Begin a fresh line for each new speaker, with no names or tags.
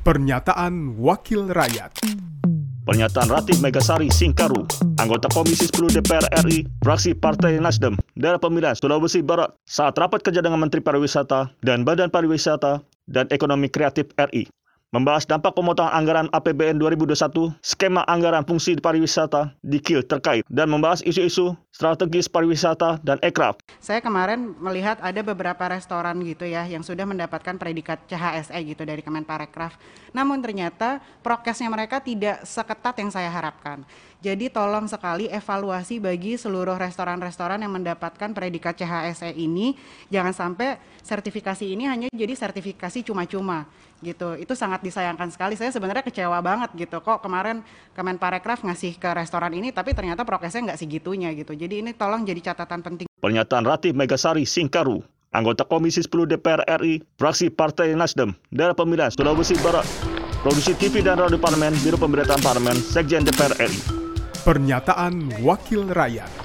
Pernyataan Wakil Rakyat.
Pernyataan Ratih Megasari Singkaru, anggota Komisi 10 DPR RI, fraksi Partai Nasdem, daerah pemilihan Sulawesi Barat, saat rapat kerja dengan Menteri Pariwisata dan Badan Pariwisata dan Ekonomi Kreatif RI, membahas dampak pemotongan anggaran APBN 2021, skema anggaran fungsi pariwisata di KIL terkait, dan membahas isu-isu strategis pariwisata dan ekraf.
Saya kemarin melihat ada beberapa restoran gitu ya yang sudah mendapatkan predikat CHSE gitu dari Kemenparekraf. Namun ternyata prokesnya mereka tidak seketat yang saya harapkan. Jadi tolong sekali evaluasi bagi seluruh restoran-restoran yang mendapatkan predikat CHSE ini. Jangan sampai sertifikasi ini hanya jadi sertifikasi cuma-cuma gitu. Itu sangat disayangkan sekali. Saya sebenarnya kecewa banget gitu. Kok kemarin Kemenparekraf ngasih ke restoran ini tapi ternyata prokesnya nggak segitunya gitu. Jadi ini tolong jadi catatan penting.
Pernyataan Ratih Megasari Singkaru, anggota Komisi 10 DPR RI, fraksi Partai Nasdem, daerah pemilihan Sulawesi Barat, Produksi TV dan Radio Parlemen, Biro Pemberitaan Parlemen, Sekjen DPR RI.
Pernyataan Wakil Rakyat.